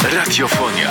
Radiofonia.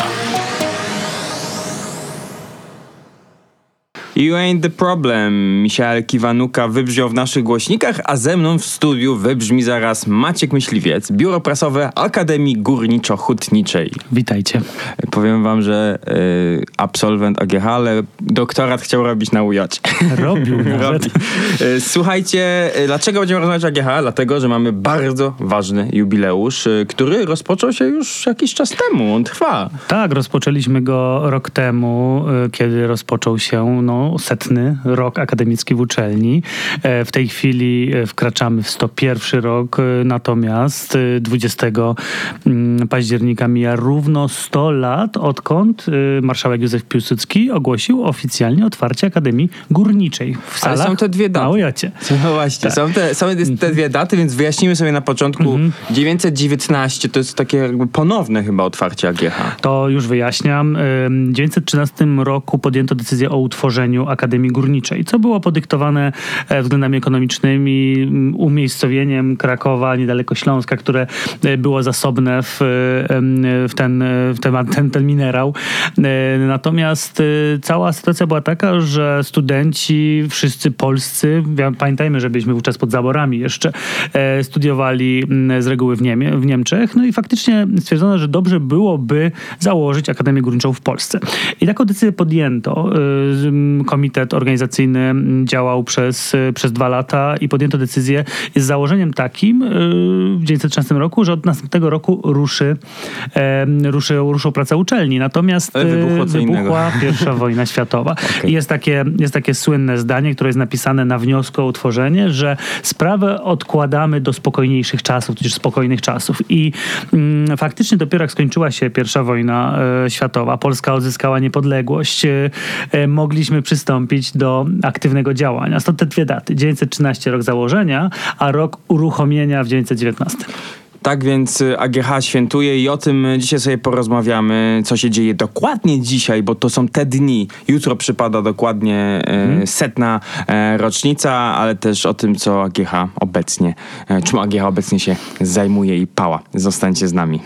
You Ain't The Problem. Michael Kiwanuka wybrzmiał w naszych głośnikach, a ze mną w studiu wybrzmi zaraz Maciek Myśliwiec, Biuro Prasowe Akademii Górniczo-Hutniczej. Witajcie. Powiem wam, że absolwent AGH, ale doktorat chciał robić na UJ. Robił nawet. Słuchajcie, dlaczego będziemy rozmawiać o AGH? Dlatego, że mamy bardzo ważny jubileusz, który rozpoczął się już jakiś czas temu. On trwa. Tak, rozpoczęliśmy go rok temu, kiedy rozpoczął się 100. rok akademicki w uczelni. W tej chwili wkraczamy w 101 rok, natomiast 20 października mija równo 100 lat, odkąd marszałek Józef Piłsudski ogłosił oficjalnie otwarcie Akademii Górniczej w salach. Ale są te dwie daty. Na UJ-cie. No właśnie, tak. są te dwie daty, więc wyjaśnimy sobie na początku. 919 to jest takie jakby ponowne chyba otwarcie AGH. To już wyjaśniam. W 1913 roku podjęto decyzję o utworzeniu Akademii Górniczej, co było podyktowane względami ekonomicznymi, umiejscowieniem Krakowa, niedaleko Śląska, które było zasobne w ten minerał. Natomiast cała sytuacja była taka, że studenci, wszyscy polscy, pamiętajmy, że byliśmy wówczas pod zaborami jeszcze, studiowali z reguły w Niemczech, no i faktycznie stwierdzono, że dobrze byłoby założyć Akademię Górniczą w Polsce. I taką decyzję podjęto. Komitet organizacyjny działał przez 2 lata i podjęto decyzję z założeniem takim w 1913 roku, że od następnego roku ruszą prace uczelni. Natomiast wybuchła I wojna światowa. Okay. I jest takie słynne zdanie, które jest napisane na wniosku o utworzenie, że sprawę odkładamy do spokojniejszych czasów, tudzież spokojnych czasów. I faktycznie dopiero jak skończyła się I wojna światowa, Polska odzyskała niepodległość, mogliśmy przystąpić do aktywnego działania. Stąd te dwie daty. 1913 rok założenia, a rok uruchomienia w 1919. Tak więc AGH świętuje i o tym dzisiaj sobie porozmawiamy, co się dzieje dokładnie dzisiaj, bo to są te dni. Jutro przypada dokładnie 100. rocznica, ale też o tym, co AGH obecnie, czym AGH obecnie się zajmuje i pała. Zostańcie z nami.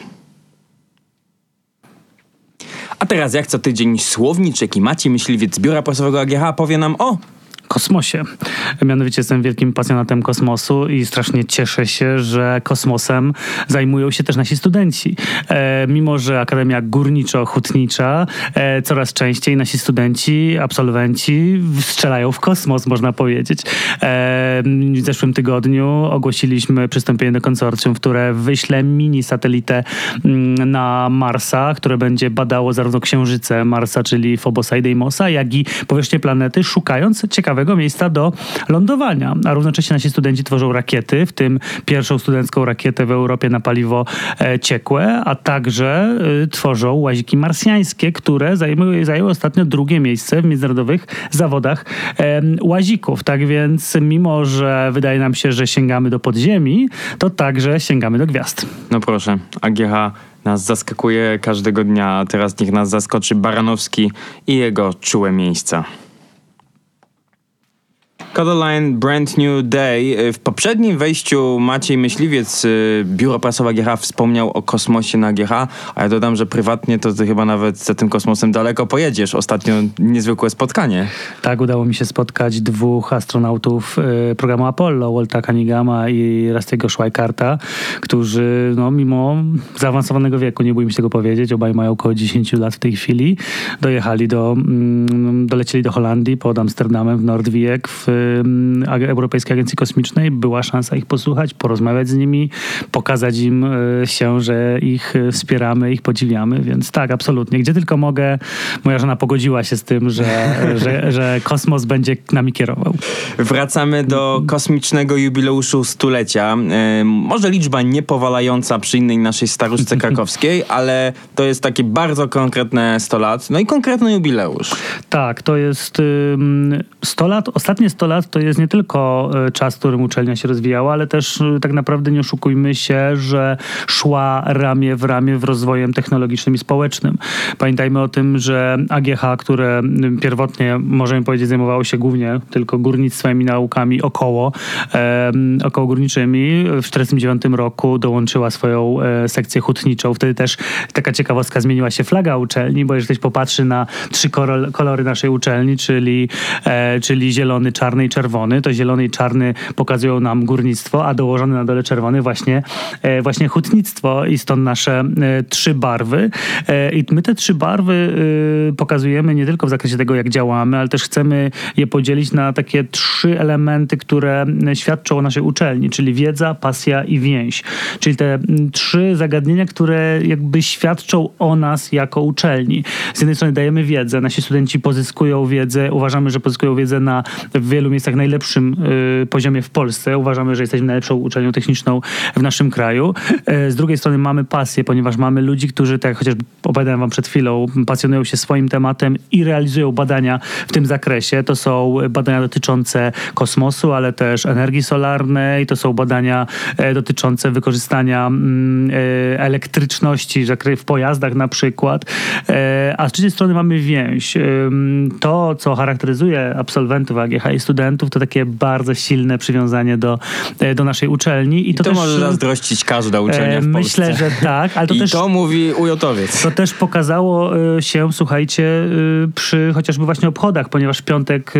A teraz jak co tydzień słowniczek i Maciej Myśliwiec z Biura Prasowego AGH powie nam o kosmosie. Mianowicie jestem wielkim pasjonatem kosmosu i strasznie cieszę się, że kosmosem zajmują się też nasi studenci. Mimo że Akademia Górniczo-Hutnicza coraz częściej nasi studenci, absolwenci strzelają w kosmos, można powiedzieć. W zeszłym tygodniu ogłosiliśmy przystąpienie do konsorcjum, które wyśle mini satelitę na Marsa, które będzie badało zarówno księżyce Marsa, czyli Phobosa i Deimosa, jak i powierzchnię planety, szukając ciekawego miejsca do lądowania. A równocześnie nasi studenci tworzą rakiety, w tym pierwszą studencką rakietę w Europie na paliwo ciekłe, a także tworzą łaziki marsjańskie, które zajęły ostatnio 2. miejsce w międzynarodowych zawodach łazików. Tak więc mimo, że wydaje nam się, że sięgamy do podziemi, to także sięgamy do gwiazd. No proszę, AGH nas zaskakuje każdego dnia, a teraz niech nas zaskoczy Baranowski i jego czułe miejsca. Codaline Brand New Day. W poprzednim wejściu Maciej Myśliwiec, Biuro Prasowe AGH, wspomniał o kosmosie na AGH, a ja dodam, że prywatnie to ty chyba nawet za tym kosmosem daleko pojedziesz. Ostatnio niezwykłe spotkanie. Tak, udało mi się spotkać 2 astronautów programu Apollo, Walta Kannigama i Rusty'ego Schweikarta, którzy mimo zaawansowanego wieku, nie bójmy się tego powiedzieć, obaj mają około 10 lat w tej chwili, dolecieli do Holandii pod Amsterdamem w Noordwijk w Europejskiej Agencji Kosmicznej. Była szansa ich posłuchać, porozmawiać z nimi, pokazać im się, że ich wspieramy, ich podziwiamy, więc tak, absolutnie. Gdzie tylko mogę, moja żona pogodziła się z tym, że kosmos będzie nami kierował. Wracamy do kosmicznego jubileuszu 100-lecia. Może liczba niepowalająca przy innej naszej staruszce krakowskiej, ale to jest takie bardzo konkretne 100 lat, no i konkretny jubileusz. Tak, to jest 100 lat, ostatnie 100 lat to jest nie tylko czas, w którym uczelnia się rozwijała, ale też tak naprawdę nie oszukujmy się, że szła ramię w ramię w rozwojem technologicznym i społecznym. Pamiętajmy o tym, że AGH, które pierwotnie, możemy powiedzieć, zajmowało się głównie tylko górnictwem i naukami okołogórniczymi, w 1949 roku dołączyła swoją sekcję hutniczą. Wtedy też taka ciekawostka, zmieniła się flaga uczelni, bo jeżeli ktoś popatrzy na 3 kolory naszej uczelni, czyli zielony, czarny i czerwony, to zielony i czarny pokazują nam górnictwo, a dołożony na dole czerwony właśnie hutnictwo i stąd nasze 3 barwy. I my te 3 barwy pokazujemy nie tylko w zakresie tego, jak działamy, ale też chcemy je podzielić na takie 3 elementy, które świadczą o naszej uczelni, czyli wiedza, pasja i więź. Czyli te 3 zagadnienia, które jakby świadczą o nas jako uczelni. Z jednej strony dajemy wiedzę, nasi studenci pozyskują wiedzę, uważamy, że pozyskują wiedzę na w wielu miejscach najlepszym poziomie w Polsce. Uważamy, że jesteśmy najlepszą uczelnią techniczną w naszym kraju. Z drugiej strony mamy pasję, ponieważ mamy ludzi, którzy, tak jak chociaż opowiadałem wam przed chwilą, pasjonują się swoim tematem i realizują badania w tym zakresie. To są badania dotyczące kosmosu, ale też energii solarnej, to są badania dotyczące wykorzystania elektryczności w pojazdach na przykład. A z trzeciej strony mamy więź. To, co charakteryzuje absolwentów AGH i studentów, to takie bardzo silne przywiązanie do naszej uczelni. I to też może zazdrościć każda uczelnia w Polsce. Myślę, że tak. Ale to mówi UJ-owiec. To też pokazało się, słuchajcie, przy chociażby właśnie obchodach, ponieważ w piątek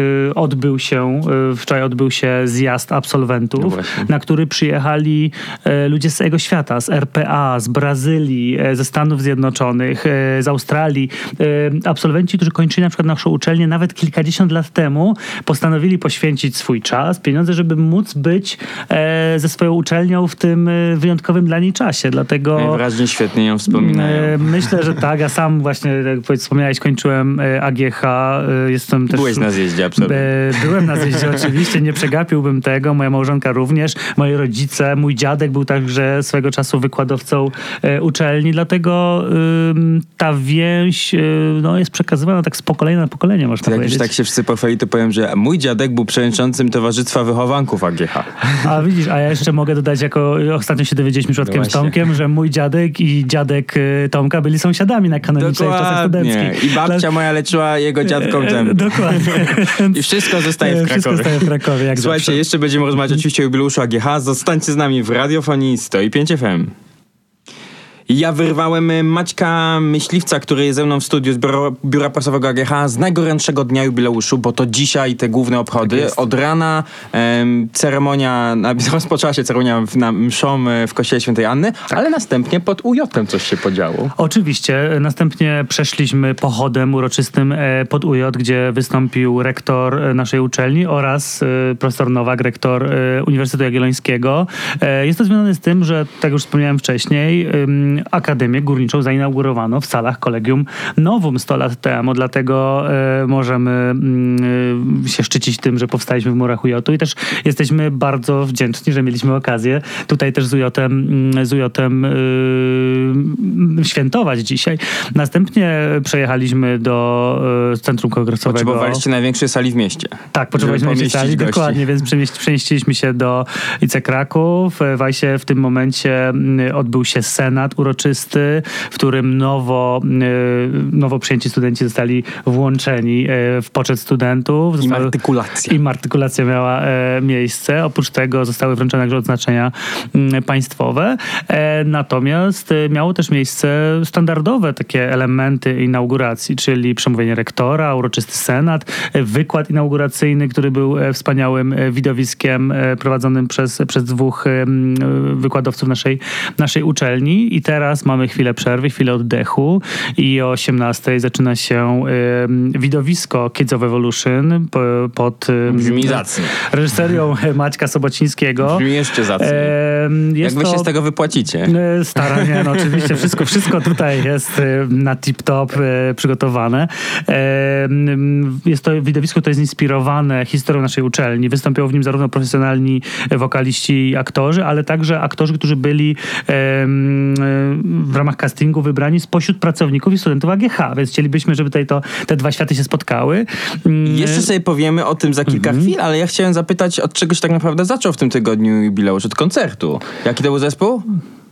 wczoraj odbył się zjazd absolwentów, na który przyjechali ludzie z całego świata, z RPA, z Brazylii, ze Stanów Zjednoczonych, z Australii. Absolwenci, którzy kończyli na przykład naszą uczelnię nawet kilkadziesiąt lat temu, postanowili poświęcić swój czas, pieniądze, żeby móc być ze swoją uczelnią w tym wyjątkowym dla niej czasie. Dlatego najwyraźniej świetnie ją wspominają. Myślę, że tak. Ja sam właśnie, jak wspomniałeś, kończyłem AGH. Jestem też... Byłeś na zjeździe, absolutnie. Byłem na zjeździe, oczywiście. Nie przegapiłbym tego. Moja małżonka również. Moi rodzice. Mój dziadek był także swego czasu wykładowcą uczelni. Dlatego ta więź jest przekazywana tak z pokolenia na pokolenie, można powiedzieć. Jak już tak się wszyscy pochwali, to powiem, że mój dziadek był przewodniczącym Towarzystwa Wychowanków AGH. A widzisz, a ja jeszcze mogę dodać, jako ostatnio się dowiedzieliśmy przypadkiem z Tomkiem, że mój dziadek i dziadek Tomka byli sąsiadami na Kanonicznej w czasach studenckich. I babcia moja leczyła jego dziadkom zęby. Dokładnie. I wszystko zostaje w Krakowie. Wszystko zostaje w Krakowie, jak Słuchajcie, zawsze. jeszcze będziemy rozmawiać oczywiście o jubileuszu AGH. Zostańcie z nami w radiofonii 105 FM. Ja wyrwałem Maćka Myśliwca, który jest ze mną w studiu z biura prasowego AGH z najgorętszego dnia jubileuszu, bo to dzisiaj te główne obchody. Tak od rana rozpoczęła się ceremonia na mszą w kościele Świętej Anny, ale następnie pod UJ-em coś się podziało. Oczywiście. Następnie przeszliśmy pochodem uroczystym pod UJ, gdzie wystąpił rektor naszej uczelni oraz profesor Nowak, rektor Uniwersytetu Jagiellońskiego. Jest to związane z tym, że, tak już wspomniałem wcześniej, Akademię Górniczą zainaugurowano w salach Collegium Novum 100 lat temu, dlatego możemy się szczycić tym, że powstaliśmy w murach UJ-u i też jesteśmy bardzo wdzięczni, że mieliśmy okazję tutaj też z UJ-em świętować dzisiaj. Następnie przejechaliśmy do Centrum Kongresowego. Potrzebowaliście największej sali w mieście. Tak, potrzebowaliśmy największej sali, gości. dokładnie, więc przenieśliśmy się do IC Kraków. W tym momencie odbył się senat uroczysty, w którym nowo przyjęci studenci zostali włączeni w poczet studentów. I artykulacja miała miejsce. Oprócz tego zostały wręczone także odznaczenia państwowe. Natomiast miało też miejsce standardowe takie elementy inauguracji, czyli przemówienie rektora, uroczysty senat, wykład inauguracyjny, który był wspaniałym widowiskiem prowadzonym przez 2 wykładowców naszej uczelni. I teraz mamy chwilę przerwy, chwilę oddechu i o 18:00 zaczyna się widowisko Kids of Evolution pod reżyserią Maćka Sobocińskiego. Brzmi jeszcze zacnie. Jak wy się z tego wypłacicie? Staranie, oczywiście. Wszystko tutaj jest na tip-top przygotowane. Jest to widowisko, które jest inspirowane historią naszej uczelni. Wystąpią w nim zarówno profesjonalni wokaliści i aktorzy, ale także aktorzy, którzy byli w ramach castingu wybrani spośród pracowników i studentów AGH, więc chcielibyśmy, żeby tutaj te dwa światy się spotkały. Jeszcze sobie powiemy o tym za kilka chwil, ale ja chciałem zapytać, od czego się tak naprawdę zaczął w tym tygodniu jubileusz, od koncertu. Jaki to był zespół?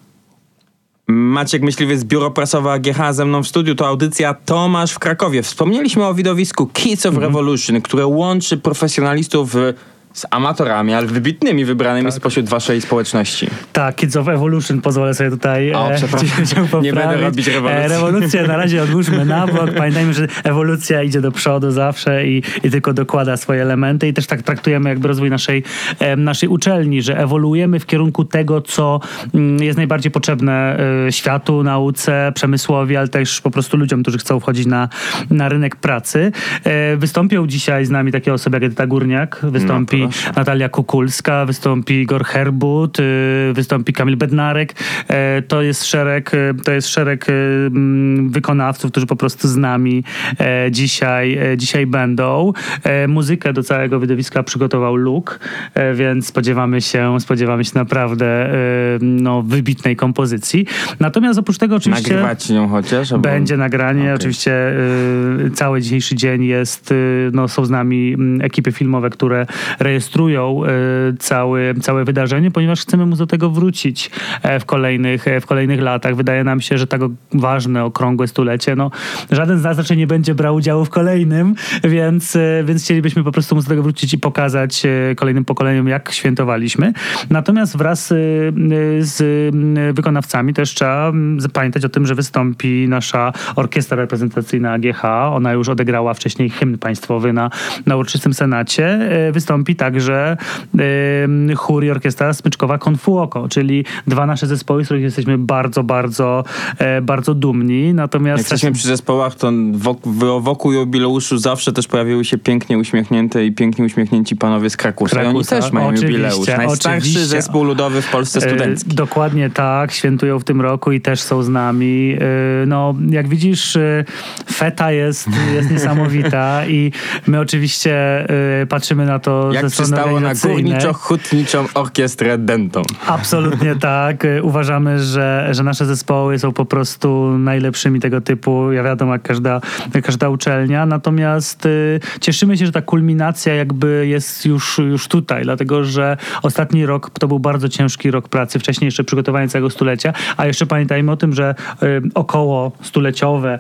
Maciek Myśliwiec, Biuro Prasowe AGH, ze mną w studiu. To audycja Tomasz w Krakowie. Wspomnieliśmy o widowisku Kids of Revolution, które łączy profesjonalistów z amatorami, ale wybitnymi, wybranymi spośród waszej społeczności. Tak, Kids of Evolution, pozwolę sobie tutaj nie będę robić rewolucji. Rewolucję na razie odłóżmy na bok. Pamiętajmy, że ewolucja idzie do przodu zawsze i tylko dokłada swoje elementy i też tak traktujemy jakby rozwój naszej uczelni, że ewoluujemy w kierunku tego, co jest najbardziej potrzebne światu, nauce, przemysłowi, ale też po prostu ludziom, którzy chcą wchodzić na rynek pracy. Wystąpią dzisiaj z nami takie osoby jak Edyta Górniak, wystąpi Natalia Kukulska, wystąpi Igor Herbut, wystąpi Kamil Bednarek. To jest szereg wykonawców, którzy po prostu z nami dzisiaj będą. Muzykę do całego widowiska przygotował Luke, więc spodziewamy się naprawdę wybitnej kompozycji. Natomiast oprócz tego oczywiście... Nagrywać nią chociaż? Będzie nagranie. Okay. Oczywiście cały dzisiejszy dzień są z nami ekipy filmowe, które rejestrują całe wydarzenie, ponieważ chcemy móc do tego wrócić w kolejnych latach. Wydaje nam się, że tak ważne, okrągłe stulecie, żaden z nas raczej nie będzie brał udziału w kolejnym, więc chcielibyśmy po prostu móc do tego wrócić i pokazać kolejnym pokoleniom, jak świętowaliśmy. Natomiast wraz z wykonawcami też trzeba pamiętać o tym, że wystąpi nasza orkiestra reprezentacyjna AGH. Ona już odegrała wcześniej hymn państwowy na uroczystym senacie. Wystąpi także chór i orkiestra smyczkowa Konfuoko, czyli dwa nasze zespoły, z których jesteśmy bardzo, bardzo, bardzo dumni. Natomiast jak jesteśmy przy zespołach, to wokół jubileuszu zawsze też pojawiły się pięknie uśmiechnięte i pięknie uśmiechnięci panowie z Krakusa. I oni też mają jubileusz. Najstarszy zespół ludowy w Polsce studencki. Dokładnie tak. Świętują w tym roku i też są z nami. Jak widzisz, feta jest niesamowita i my oczywiście patrzymy na to jak ze strony przystało na górniczo-hutniczą orkiestrę Denton. Absolutnie tak. Uważamy, że nasze zespoły są po prostu najlepszymi tego typu. Ja wiadomo, jak każda uczelnia. Natomiast cieszymy się, że ta kulminacja jakby jest już tutaj, dlatego że ostatni rok to był bardzo ciężki rok pracy. Wcześniej jeszcze przygotowanie całego stulecia, a jeszcze pamiętajmy o tym, że około stuleciowe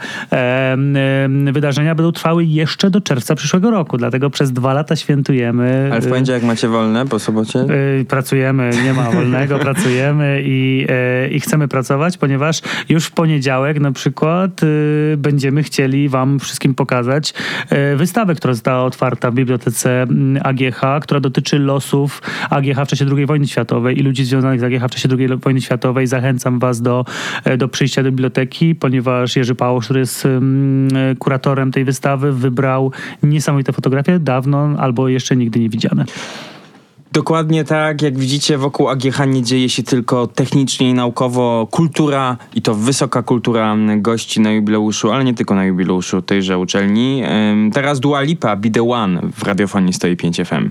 wydarzenia będą trwały jeszcze do czerwca przyszłego roku. Dlatego przez 2 lata świętujemy. Ale w poniedziałek macie wolne po sobocie? Pracujemy, nie ma wolnego, pracujemy i chcemy pracować, ponieważ już w poniedziałek na przykład będziemy chcieli wam wszystkim pokazać wystawę, która została otwarta w bibliotece AGH, która dotyczy losów AGH w czasie II wojny światowej i ludzi związanych z AGH w czasie II wojny światowej. Zachęcam was do przyjścia do biblioteki, ponieważ Jerzy Pałosz, który jest kuratorem tej wystawy, wybrał niesamowite fotografie, dawno albo jeszcze nigdy nie widziane. Dokładnie tak, jak widzicie, wokół AGH nie dzieje się tylko technicznie i naukowo. Kultura, i to wysoka kultura gości na jubileuszu, ale nie tylko na jubileuszu tejże uczelni. Teraz Dua Lipa, Be The One w radiofonii 105 FM.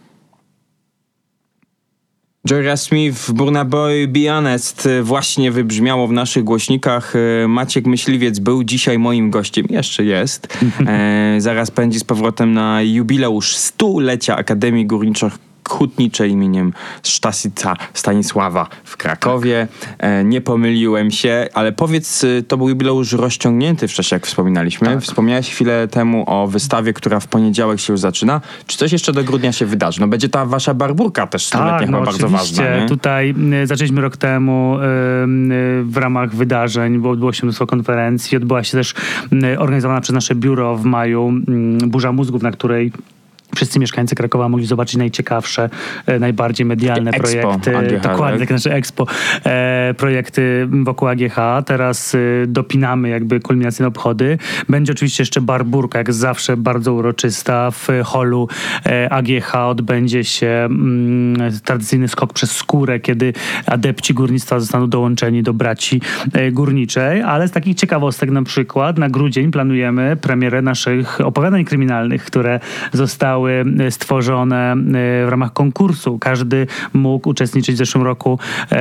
Jorja Smith, Burna Boy, Be Honest właśnie wybrzmiało w naszych głośnikach. Maciek Myśliwiec był dzisiaj moim gościem, jeszcze jest. Zaraz pędzi z powrotem na jubileusz 100-lecia Akademii Górniczo-Hutniczej imieniem Stasica Stanisława w Krakowie. Nie pomyliłem się, ale powiedz, to był jubileusz rozciągnięty w czasie, jak wspominaliśmy. Tak. Wspomniałeś chwilę temu o wystawie, która w poniedziałek się już zaczyna. Czy coś jeszcze do grudnia się wydarzy? Będzie ta wasza barburka też stuletnia, chyba bardzo ważna. Nie? Tutaj zaczęliśmy rok temu w ramach wydarzeń, bo odbyło się mnóstwo konferencji. Odbyła się też organizowana przez nasze biuro w maju Burza Mózgów, na której wszyscy mieszkańcy Krakowa mogli zobaczyć najciekawsze, najbardziej medialne projekty. AGH, dokładnie, tak? Takie nasze Expo. Projekty wokół AGH. Teraz dopinamy jakby kulminacyjne obchody. Będzie oczywiście jeszcze barburka, jak zawsze bardzo uroczysta. W holu AGH odbędzie się tradycyjny skok przez skórę, kiedy adepci górnictwa zostaną dołączeni do braci górniczej. Ale z takich ciekawostek na przykład na grudzień planujemy premierę naszych opowiadań kryminalnych, które zostały zostały stworzone w ramach konkursu. Każdy mógł uczestniczyć w zeszłym roku.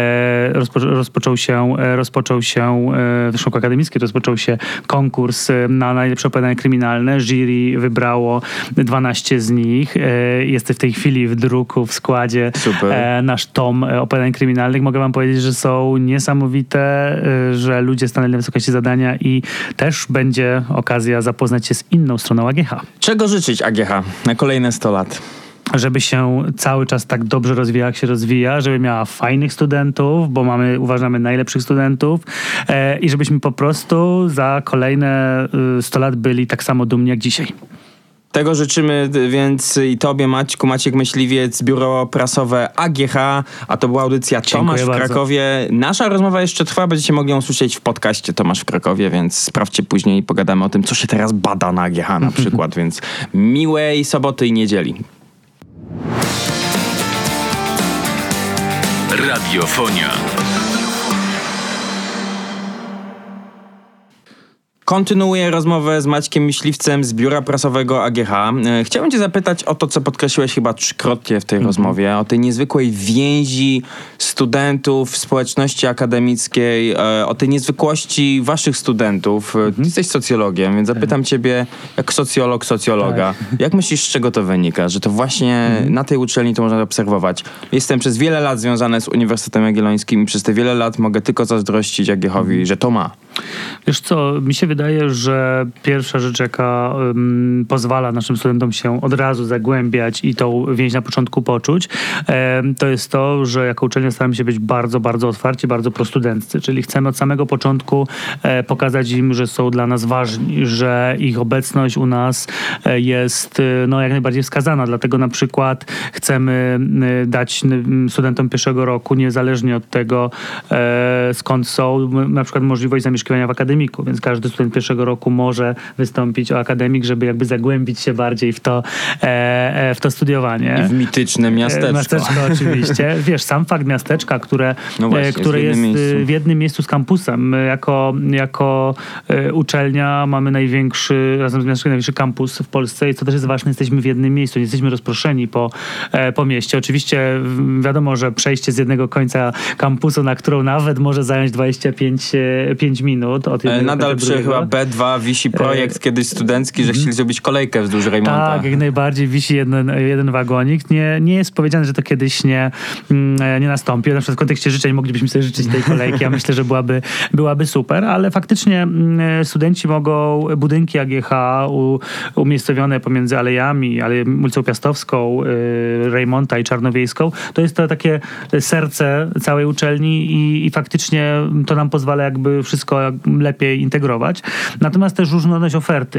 Rozpoczął się w zeszłym roku akademickim rozpoczął się konkurs na najlepsze opowiadanie kryminalne. Jury wybrało 12 z nich. Jest w tej chwili w druku, w składzie nasz tom opowiadań kryminalnych. Mogę wam powiedzieć, że są niesamowite, że ludzie stanęli na wysokości zadania i też będzie okazja zapoznać się z inną stroną AGH. Czego życzyć AGH na kolejne 100 lat? Żeby się cały czas tak dobrze rozwijała, jak się rozwija, żeby miała fajnych studentów, bo uważamy najlepszych studentów i żebyśmy po prostu za kolejne 100 lat byli tak samo dumni jak dzisiaj. Tego życzymy więc i tobie, Maćku. Maciek Myśliwiec, biuro prasowe AGH, a to była audycja Tomasz w Krakowie. Nasza rozmowa jeszcze trwa, będziecie mogli ją usłyszeć w podcaście Tomasz w Krakowie, więc sprawdźcie później i pogadamy o tym, co się teraz bada na AGH na przykład, więc miłej soboty i niedzieli. Radiofonia. Kontynuuję rozmowę z Maćkiem Myśliwcem z biura prasowego AGH. Chciałem cię zapytać o to, co podkreśliłeś chyba 3-krotnie w tej rozmowie, o tej niezwykłej więzi studentów, społeczności akademickiej, o tej niezwykłości waszych studentów. Ty jesteś socjologiem, więc zapytam ciebie, jak socjologa, jak myślisz, z czego to wynika? Że to właśnie na tej uczelni to można obserwować. Jestem przez wiele lat związany z Uniwersytetem Jagiellońskim i przez te wiele lat mogę tylko zazdrościć AGH-owi, że to ma. Wiesz co, mi się wydaje, że pierwsza rzecz, jaka pozwala naszym studentom się od razu zagłębiać i tą więź na początku poczuć, to jest to, że jako uczelnia staramy się być bardzo, bardzo otwarci, bardzo prostudenccy, czyli chcemy od samego początku pokazać im, że są dla nas ważni, że ich obecność u nas jest jak najbardziej wskazana, dlatego na przykład chcemy dać studentom pierwszego roku, niezależnie od tego, skąd są, na przykład możliwość zamieszkiwania w akademiku, więc każdy student pierwszego roku może wystąpić o akademik, żeby jakby zagłębić się bardziej w to studiowanie. I w mityczne miasteczko. Miasteczko oczywiście. Wiesz, sam fakt miasteczka, które jest w jednym miejscu z kampusem. Jako uczelnia mamy razem z miasteczkiem największy kampus w Polsce i co też jest ważne, jesteśmy w jednym miejscu, nie jesteśmy rozproszeni po mieście. Oczywiście wiadomo, że przejście z jednego końca kampusu, na którą nawet może zająć 25 minut. Nadal przy chyba B2 wisi projekt kiedyś studencki, że chcieli zrobić kolejkę wzdłuż Rejmonta. Tak, jak najbardziej wisi jeden wagonik. Nie jest powiedziane, że to kiedyś nie nastąpi. Na przykład w kontekście życzeń moglibyśmy sobie życzyć tej kolejki. Ja myślę, że byłaby super, ale faktycznie studenci mogą budynki AGH umiejscowione pomiędzy alejami, ulicą Piastowską, Rejmonta i Czarnowiejską. To jest to takie serce całej uczelni i faktycznie to nam pozwala jakby wszystko lepiej integrować. Natomiast też różnorodność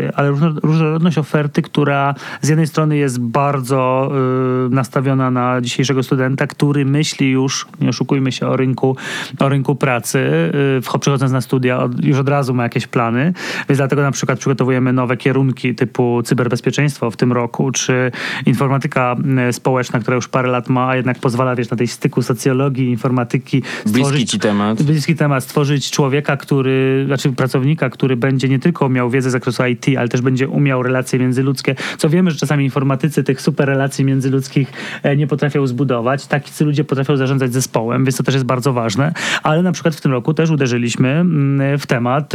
oferty, która z jednej strony jest bardzo nastawiona na dzisiejszego studenta, który myśli już, nie oszukujmy się, o rynku pracy, przychodząc na studia, już od razu ma jakieś plany, więc dlatego na przykład przygotowujemy nowe kierunki typu cyberbezpieczeństwo w tym roku, czy informatyka społeczna, która już parę lat ma, a jednak pozwala, na tej styku socjologii, informatyki bliski temat, stworzyć człowieka, pracownika, który będzie nie tylko miał wiedzę z zakresu IT, ale też będzie umiał relacje międzyludzkie, co wiemy, że czasami informatycy tych super relacji międzyludzkich nie potrafią zbudować. Tacy ludzie potrafią zarządzać zespołem, więc to też jest bardzo ważne. Ale na przykład w tym roku też uderzyliśmy w temat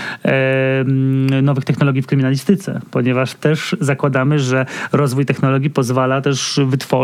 nowych technologii w kryminalistyce, ponieważ też zakładamy, że rozwój technologii pozwala też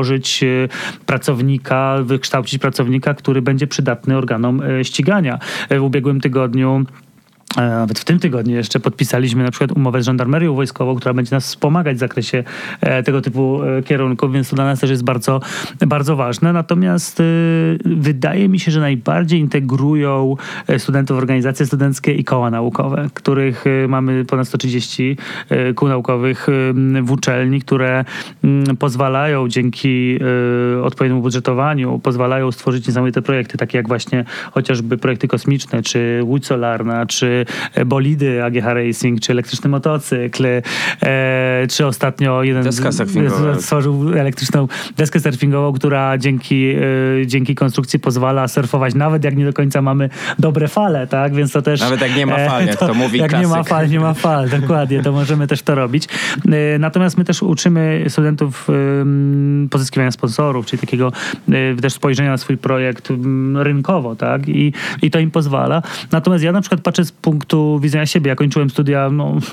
wykształcić pracownika, który będzie przydatny organom ścigania. W ubiegłym tygodniu, nawet w tym tygodniu jeszcze podpisaliśmy na przykład umowę z żandarmerią wojskową, która będzie nas wspomagać w zakresie tego typu kierunków, więc to dla nas też jest bardzo, bardzo ważne. Natomiast wydaje mi się, że najbardziej integrują studentów organizacje studenckie i koła naukowe, których mamy ponad 130 kół naukowych w uczelni, które pozwalają dzięki odpowiedniemu budżetowaniu, pozwalają stworzyć niesamowite projekty, takie jak właśnie chociażby projekty kosmiczne, czy Łódź Solarna, czy czy bolidy AGH Racing, czy elektryczny motocykl, czy ostatnio jeden stworzył elektryczną deskę surfingową, która dzięki konstrukcji pozwala surfować nawet jak nie do końca mamy dobre fale, tak? Więc to też... Nawet jak nie ma fal, jak to mówi jak klasyk. nie ma fal, dokładnie, to możemy też to robić. Natomiast my też uczymy studentów pozyskiwania sponsorów, czyli takiego też spojrzenia na swój projekt rynkowo, tak? I to im pozwala. Natomiast ja na przykład patrzę z punktu widzenia siebie. Ja kończyłem studia,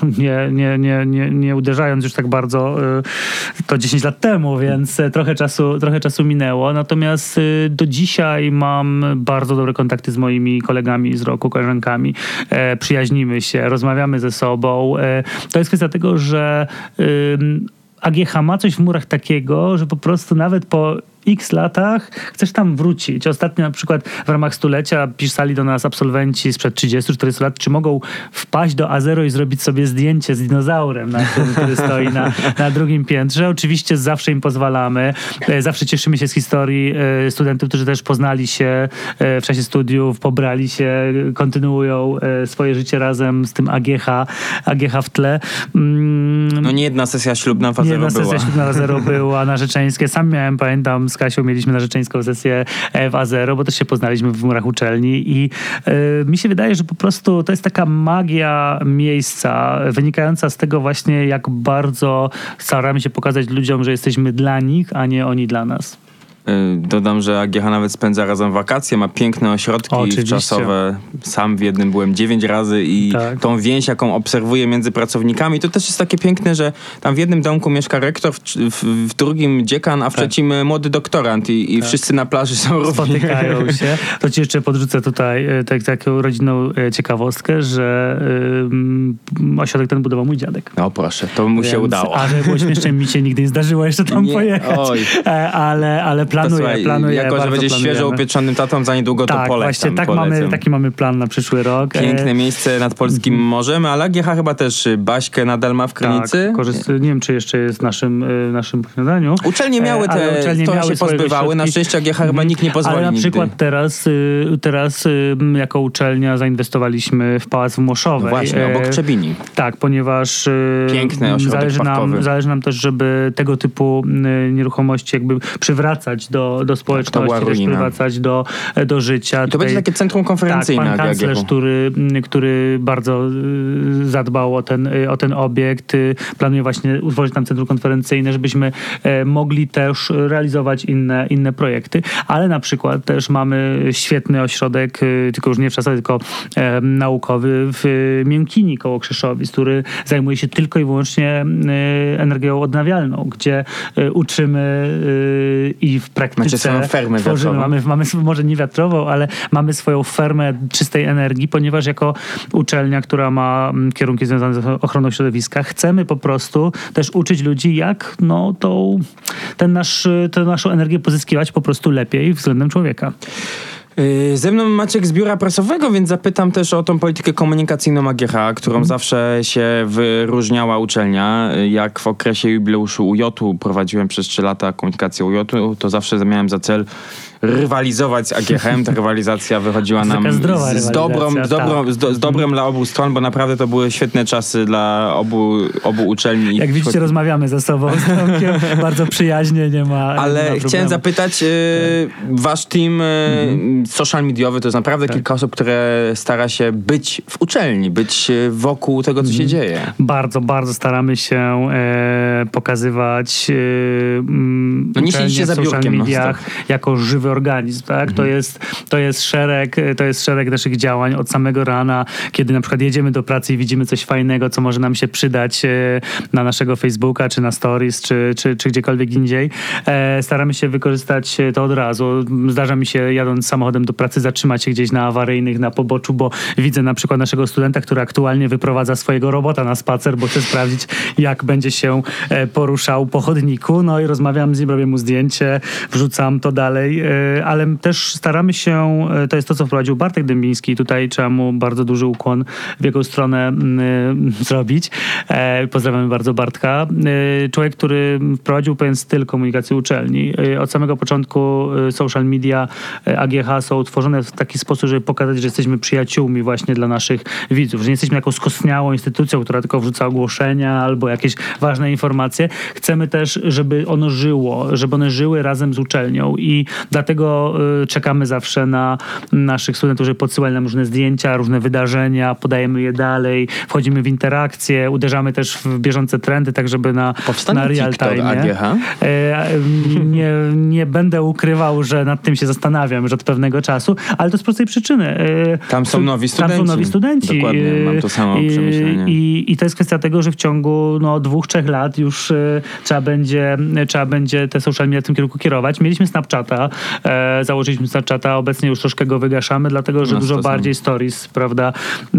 nie uderzając już tak bardzo to 10 lat temu, więc trochę czasu minęło. Natomiast do dzisiaj mam bardzo dobre kontakty z moimi kolegami z roku, koleżankami. Przyjaźnimy się, rozmawiamy ze sobą. To jest kwestia tego, że AGH ma coś w murach takiego, że po prostu nawet po x latach chcesz tam wrócić. Ostatnio na przykład w ramach stulecia pisali do nas absolwenci sprzed 30-40 lat, czy mogą wpaść do A0 i zrobić sobie zdjęcie z dinozaurem, który stoi na drugim piętrze. Oczywiście zawsze im pozwalamy. Zawsze cieszymy się z historii studentów, którzy też poznali się w czasie studiów, pobrali się, kontynuują swoje życie razem z tym AGH w tle. No nie jedna sesja ślubna w A0 była. Nie jedna sesja ślubna w A0 była, narzeczeńskie. Sam miałem, pamiętam, z Kasią mieliśmy narzeczeńską sesję w A0, bo też się poznaliśmy w murach uczelni i mi się wydaje, że po prostu to jest taka magia miejsca wynikająca z tego właśnie, jak bardzo staramy się pokazać ludziom, że jesteśmy dla nich, a nie oni dla nas. Dodam, że AGH nawet spędza razem wakacje, ma piękne ośrodki wczasowne. Sam w jednym byłem 9 razy i tą więź, jaką obserwuję między pracownikami, to też jest takie piękne, że tam w jednym domku mieszka rektor, w drugim dziekan, a w trzecim młody doktorant i wszyscy na plaży są równi. Spotykają się. To ci jeszcze podrzucę tutaj taką rodzinną ciekawostkę, że ośrodek ten budował mój dziadek. No proszę, to mu się udało. A że było śmieszne, mi się nigdy nie zdarzyło jeszcze tam pojechać. Ale planuję. Jako, że będzie świeżo upieczonym tatą, za niedługo to polecam. Właśnie taki mamy plan na przyszły rok. Piękne miejsce nad polskim morzem, ale AGH chyba też Baśkę nadal ma w Krynicy. Nie wiem, czy jeszcze jest w naszym śniadaniu. Uczelnie miały trochę się pozbywały. Na szczęście AGH chyba nikt nie pozwoli Ale na przykład nigdy. teraz jako uczelnia zainwestowaliśmy w Pałac w Moszowej. Właśnie, obok Trzebini. Tak, ponieważ piękny ośrodek zależy nam też, żeby tego typu nieruchomości jakby przywracać do społeczności, też przywracać do życia. To będzie takie centrum konferencyjne. Tak, pan kanclerz, który bardzo zadbał o ten obiekt, planuje właśnie utworzyć tam centrum konferencyjne, żebyśmy mogli też realizować inne projekty. Ale na przykład też mamy świetny ośrodek, tylko już nie wczasowy, tylko naukowy w Miękini koło Krzeszowic, który zajmuje się tylko i wyłącznie energią odnawialną, gdzie uczymy i w praktyce macie swoją fermę tworzymy. Mamy może nie wiatrową, ale mamy swoją fermę czystej energii, ponieważ jako uczelnia, która ma kierunki związane z ochroną środowiska, chcemy po prostu też uczyć ludzi, jak tę naszą energię pozyskiwać po prostu lepiej względem człowieka. Ze mną Maciek z biura prasowego, więc zapytam też o tą politykę komunikacyjną AGH, którą zawsze się wyróżniała uczelnia. Jak w okresie jubileuszu UJ-u prowadziłem przez 3 lata komunikację UJ-u, to zawsze miałem za cel rywalizować z AGH-em. Ta rywalizacja wychodziła nam z dobrem dla obu stron, bo naprawdę to były świetne czasy dla obu uczelni. Jak widzicie, rozmawiamy ze sobą z Tomkiem, bardzo przyjaźnie, nie ma chciałem zapytać, wasz team social mediowy to jest naprawdę kilka osób, które stara się być w uczelni, być wokół tego, co się dzieje. Bardzo, bardzo staramy się pokazywać uczelnię w social mediach jako żywy organizm, tak? To jest szereg naszych działań od samego rana, kiedy na przykład jedziemy do pracy i widzimy coś fajnego, co może nam się przydać na naszego Facebooka, czy na Stories, czy gdziekolwiek indziej. Staramy się wykorzystać to od razu. Zdarza mi się, jadąc samochodem do pracy, zatrzymać się gdzieś na awaryjnych, na poboczu, bo widzę na przykład naszego studenta, który aktualnie wyprowadza swojego robota na spacer, bo chce sprawdzić, jak będzie się poruszał po chodniku. No i rozmawiam z nim, robię mu zdjęcie, wrzucam to dalej ale też staramy się, to jest to, co wprowadził Bartek Dębiński, tutaj trzeba mu bardzo duży ukłon w jego stronę zrobić. Pozdrawiamy bardzo Bartka. Człowiek, który wprowadził pewien styl komunikacji uczelni. Od samego początku social media AGH są tworzone w taki sposób, żeby pokazać, że jesteśmy przyjaciółmi właśnie dla naszych widzów, że nie jesteśmy taką skostniałą instytucją, która tylko wrzuca ogłoszenia albo jakieś ważne informacje. Chcemy też, żeby ono żyło, żeby one żyły razem z uczelnią i dlatego czekamy zawsze na naszych studentów, żeby podsyłali nam różne zdjęcia, różne wydarzenia, podajemy je dalej, wchodzimy w interakcje, uderzamy też w bieżące trendy, tak żeby na real time. AGH? Nie będę ukrywał, że nad tym się zastanawiam już od pewnego czasu, ale to z prostej przyczyny. Tam są nowi studenci. Dokładnie, mam to samo przemyślenie. I to jest kwestia tego, że w ciągu 2-3 lat już trzeba będzie te social media w tym kierunku kierować. Mieliśmy Snapchata, założyliśmy Snapchata, obecnie już troszkę go wygaszamy, dlatego, że dużo bardziej stories, prawda,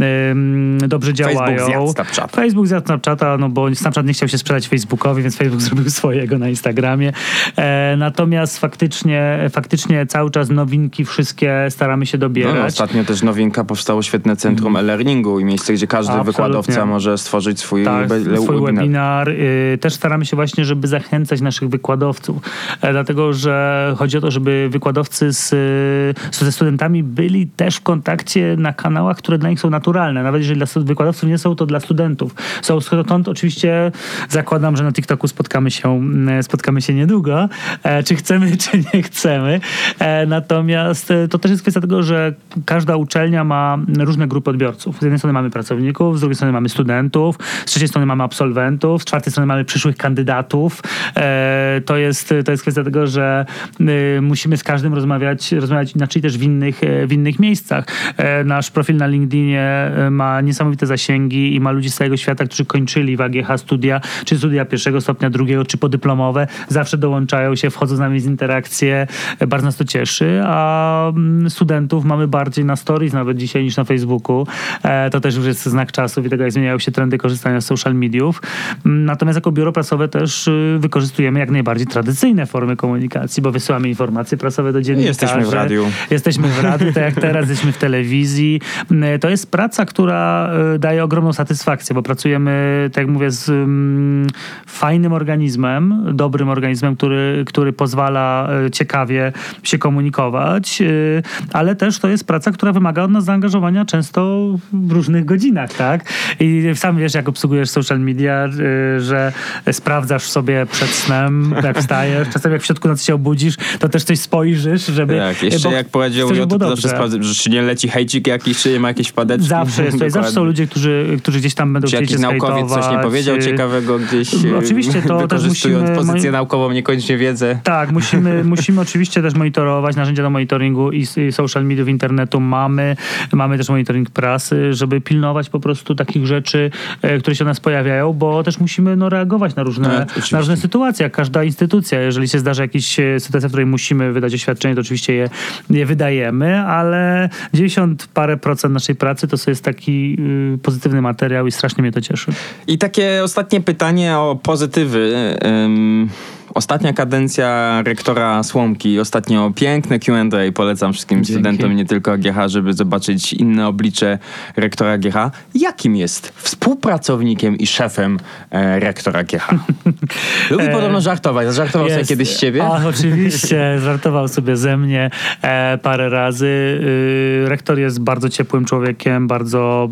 dobrze działają. Facebook zjadł Snapchata, no bo Snapchat nie chciał się sprzedać Facebookowi, więc Facebook zrobił swojego na Instagramie. Natomiast faktycznie cały czas nowinki wszystkie staramy się dobierać. Ostatnio też nowinka, powstało świetne centrum e-learningu i miejsce, gdzie każdy wykładowca może stworzyć swój webinar. Też staramy się właśnie, żeby zachęcać naszych wykładowców. Dlatego, że chodzi o to, żeby wykładowcy ze studentami byli też w kontakcie na kanałach, które dla nich są naturalne. Nawet jeżeli dla wykładowców nie są, to dla studentów. Stąd oczywiście zakładam, że na TikToku spotkamy się niedługo. Czy chcemy, czy nie chcemy. Natomiast to też jest kwestia tego, że każda uczelnia ma różne grupy odbiorców. Z jednej strony mamy pracowników, z drugiej strony mamy studentów, z trzeciej strony mamy absolwentów, z czwartej strony mamy przyszłych kandydatów. To jest kwestia tego, że musimy z każdym rozmawiać inaczej też w innych miejscach. Nasz profil na LinkedInie ma niesamowite zasięgi i ma ludzi z całego świata, którzy kończyli w AGH studia, czy studia pierwszego stopnia, drugiego, czy podyplomowe. Zawsze dołączają się, wchodzą z nami w interakcje. Bardzo nas to cieszy, a studentów mamy bardziej na stories nawet dzisiaj niż na Facebooku. To też już jest znak czasów i tego, jak zmieniają się trendy korzystania z social mediów. Natomiast jako biuro prasowe też wykorzystujemy jak najbardziej tradycyjne formy komunikacji, bo wysyłamy informacje prasowe do dziennikarzy. Jesteśmy w radiu, tak jak teraz jesteśmy w telewizji. To jest praca, która daje ogromną satysfakcję, bo pracujemy, tak jak mówię, z fajnym organizmem, dobrym organizmem, który pozwala ciekawie się komunikować, ale też to jest praca, która wymaga od nas zaangażowania często w różnych godzinach, tak? I sam wiesz, jak obsługujesz social media, że sprawdzasz sobie przed snem, jak wstajesz, czasem jak w środku nocy się obudzisz, to też coś spojrzysz, żeby... Tak, jeszcze jak powiedział to zawsze sprawdzę, że czy nie leci hejcik jakiś, czy nie ma jakieś wpadeczki. Zawsze są ludzie, którzy gdzieś tam będą chcieli się zhejtować. Czy jakiś naukowiec coś nie powiedział ciekawego gdzieś, oczywiście to też musimy... pozycję naukową, niekoniecznie wiedzę. Tak, musimy oczywiście też monitorować, narzędzia do monitoringu i social mediów, internetu mamy też monitoring prasy, żeby pilnować po prostu takich rzeczy, które się u nas pojawiają, bo też musimy reagować na różne sytuacje, jak każda instytucja. Jeżeli się zdarzy jakaś sytuacja, w której musimy wydać oświadczenie, to oczywiście je wydajemy, ale 90 parę procent naszej pracy to jest taki pozytywny materiał i strasznie mnie to cieszy. I takie ostatnie pytanie o pozytywy. Ostatnia kadencja rektora Słomki, ostatnio piękne Q&A, polecam wszystkim studentom, nie tylko AGH, żeby zobaczyć inne oblicze rektora AGH. Jakim jest współpracownikiem i szefem rektora AGH? Lubi podobno żartować. Zażartował sobie kiedyś z ciebie? Oczywiście, żartował sobie ze mnie parę razy. Rektor jest bardzo ciepłym człowiekiem, bardzo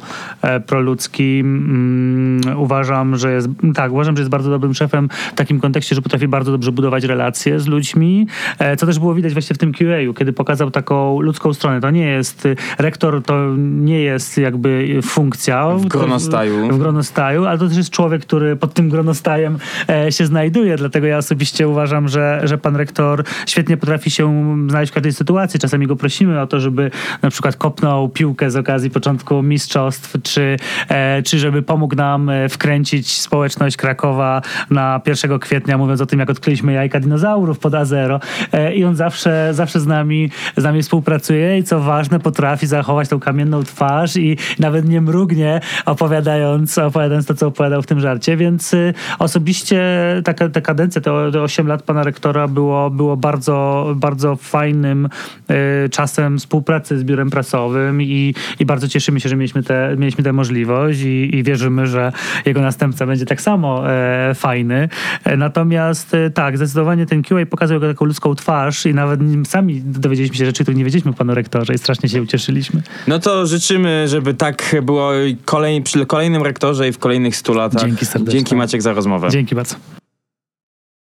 proludzkim. Uważam, że jest bardzo dobrym szefem w takim kontekście, że potrafi bardzo dobrze budować relacje z ludźmi, co też było widać właśnie w tym QA-u, kiedy pokazał taką ludzką stronę. To nie jest, rektor to nie jest jakby funkcja w groностaju, ale to też jest człowiek, który pod tym gronostajem się znajduje, dlatego ja osobiście uważam, że pan rektor świetnie potrafi się znaleźć w każdej sytuacji. Czasami go prosimy o to, żeby na przykład kopnął piłkę z okazji początku mistrzostw, czy żeby pomógł nam wkręcić społeczność Krakowa na 1 kwietnia, mówiąc o tym, jak odkryliśmy jajka dinozaurów pod Azero. I on zawsze z nami współpracuje i co ważne, potrafi zachować tą kamienną twarz i nawet nie mrugnie, opowiadając to, co opowiadał w tym żarcie, więc osobiście ta kadencja, te 8 lat pana rektora było bardzo, bardzo fajnym czasem współpracy z biurem prasowym i bardzo cieszymy się, że mieliśmy tę możliwość i wierzymy, że jego następca będzie tak samo fajny. Natomiast tak, zdecydowanie ten QA pokazał jego taką ludzką twarz i nawet sami dowiedzieliśmy się rzeczy, których nie wiedzieliśmy o panu rektorze i strasznie się ucieszyliśmy. No to życzymy, żeby tak było przy kolejnym rektorze i w kolejnych 100 latach. Dzięki serdecznie. Dzięki Maciek za rozmowę. Dzięki bardzo.